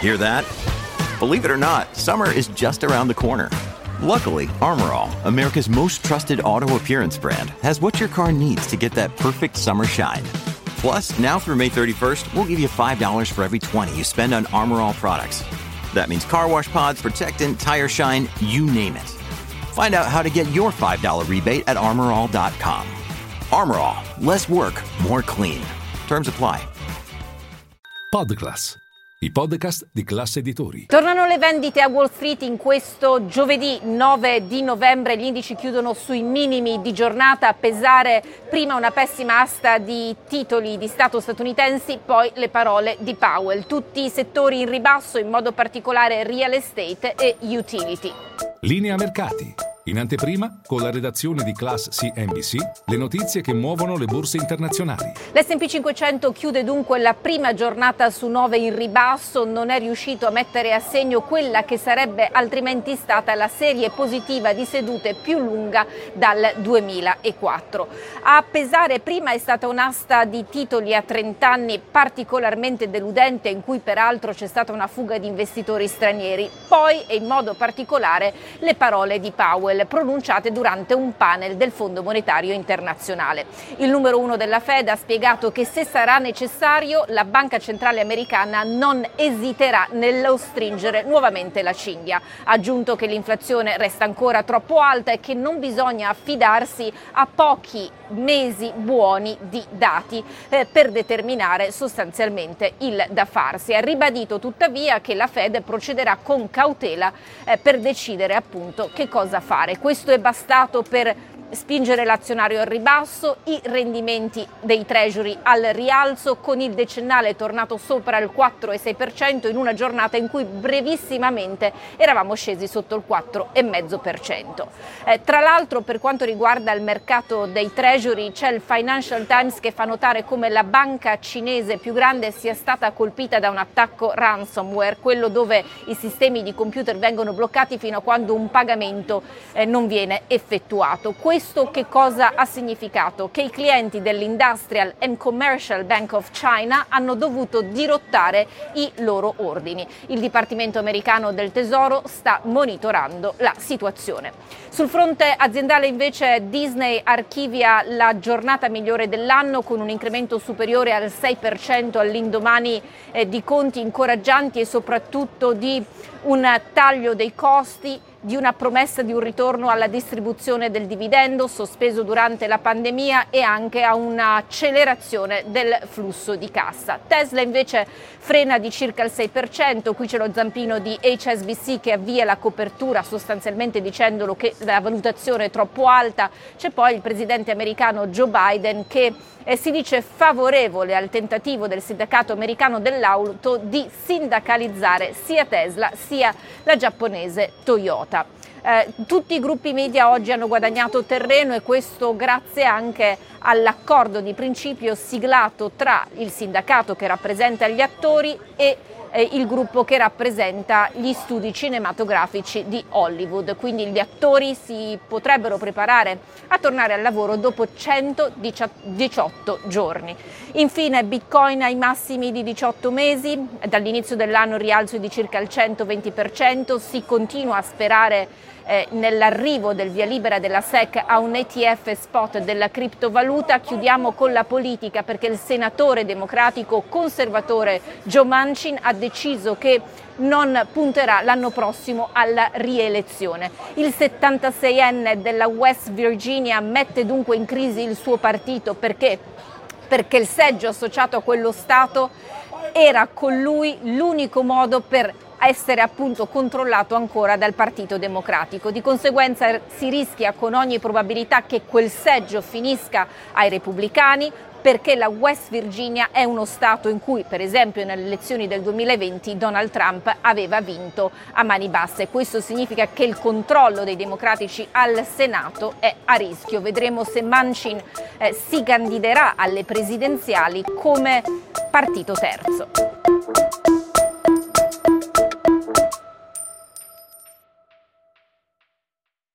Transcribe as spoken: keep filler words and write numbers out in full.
Hear that? Believe it or not, summer is just around the corner. Luckily, Armor All, America's most trusted auto appearance brand, has what your car needs to get that perfect summer shine. Plus, now through May thirty-first, we'll give you five dollars for every twenty you spend on Armor All products. That means car wash pods, protectant, tire shine, you name it. Find out how to get your five dollars rebate at armor all dot com. Armor All, less work, more clean. Terms apply. Podclass, i podcast di Class Editori. Tornano le vendite a Wall Street in questo giovedì nove di novembre. Gli indici chiudono sui minimi di giornata. A pesare prima una pessima asta di titoli di Stato statunitensi, poi le parole di Powell. Tutti i settori in ribasso, in modo particolare real estate e utility. Linea mercati. In anteprima, con la redazione di Class C N B C, le notizie che muovono le borse internazionali. L'S and P cinquecento chiude dunque la prima giornata su nove in ribasso, non è riuscito a mettere a segno quella che sarebbe altrimenti stata la serie positiva di sedute più lunga dal duemilaquattro. A pesare prima è stata un'asta di titoli a trenta anni particolarmente deludente, in cui peraltro c'è stata una fuga di investitori stranieri. Poi, e in modo particolare, le parole di Powell, pronunciate durante un panel del Fondo Monetario Internazionale. Il numero uno della Fed ha spiegato che se sarà necessario la Banca Centrale Americana non esiterà nello stringere nuovamente la cinghia. Ha aggiunto che l'inflazione resta ancora troppo alta e che non bisogna affidarsi a pochi mesi buoni di dati eh, per determinare sostanzialmente il da farsi. Ha ribadito tuttavia che la Fed procederà con cautela eh, per decidere appunto che cosa fare. Questo è bastato per spingere l'azionario al ribasso, i rendimenti dei treasury al rialzo, con il decennale tornato sopra il quattro virgola sei per cento in una giornata in cui brevissimamente eravamo scesi sotto il quattro virgola cinque per cento. Eh, tra l'altro, per quanto riguarda il mercato dei treasury, c'è il Financial Times che fa notare come la banca cinese più grande sia stata colpita da un attacco ransomware, quello dove i sistemi di computer vengono bloccati fino a quando un pagamento eh, non viene effettuato. Questo che cosa ha significato? Che i clienti dell'Industrial and Commercial Bank of China hanno dovuto dirottare i loro ordini. Il Dipartimento americano del Tesoro sta monitorando la situazione. Sul fronte aziendale invece Disney archivia la giornata migliore dell'anno con un incremento superiore al sei per cento all'indomani eh, di conti incoraggianti e soprattutto di un taglio dei costi, di una promessa di un ritorno alla distribuzione del dividendo sospeso durante la pandemia e anche a un'accelerazione del flusso di cassa. Tesla invece frena di circa il sei per cento, qui c'è lo zampino di H S B C che avvia la copertura sostanzialmente dicendolo che la valutazione è troppo alta. C'è poi il presidente americano Joe Biden che eh, si dice favorevole al tentativo del sindacato americano dell'auto di sindacalizzare sia Tesla sia la giapponese Toyota. Eh, tutti i gruppi media oggi hanno guadagnato terreno e questo grazie anche all'accordo di principio siglato tra il sindacato che rappresenta gli attori e eh, il gruppo che rappresenta gli studi cinematografici di Hollywood. Quindi gli attori si potrebbero preparare a tornare al lavoro dopo centodiciotto giorni. Infine Bitcoin ai massimi di diciotto mesi, dall'inizio dell'anno rialzo di circa il centoventi per cento, si continua a sperare Eh, nell'arrivo del via libera della S E C a un E T F spot della criptovaluta. Chiudiamo con la politica perché il senatore democratico conservatore Joe Manchin ha deciso che non punterà l'anno prossimo alla rielezione. Il settantaseienne della West Virginia mette dunque in crisi il suo partito perché, perché il seggio associato a quello stato era con lui l'unico modo per essere appunto controllato ancora dal Partito Democratico. Di conseguenza si rischia con ogni probabilità che quel seggio finisca ai repubblicani, perché la West Virginia è uno stato in cui, per esempio, nelle elezioni del duemilaventi Donald Trump aveva vinto a mani basse. Questo significa che il controllo dei democratici al Senato è a rischio. Vedremo se Manchin eh, si candiderà alle presidenziali come partito terzo.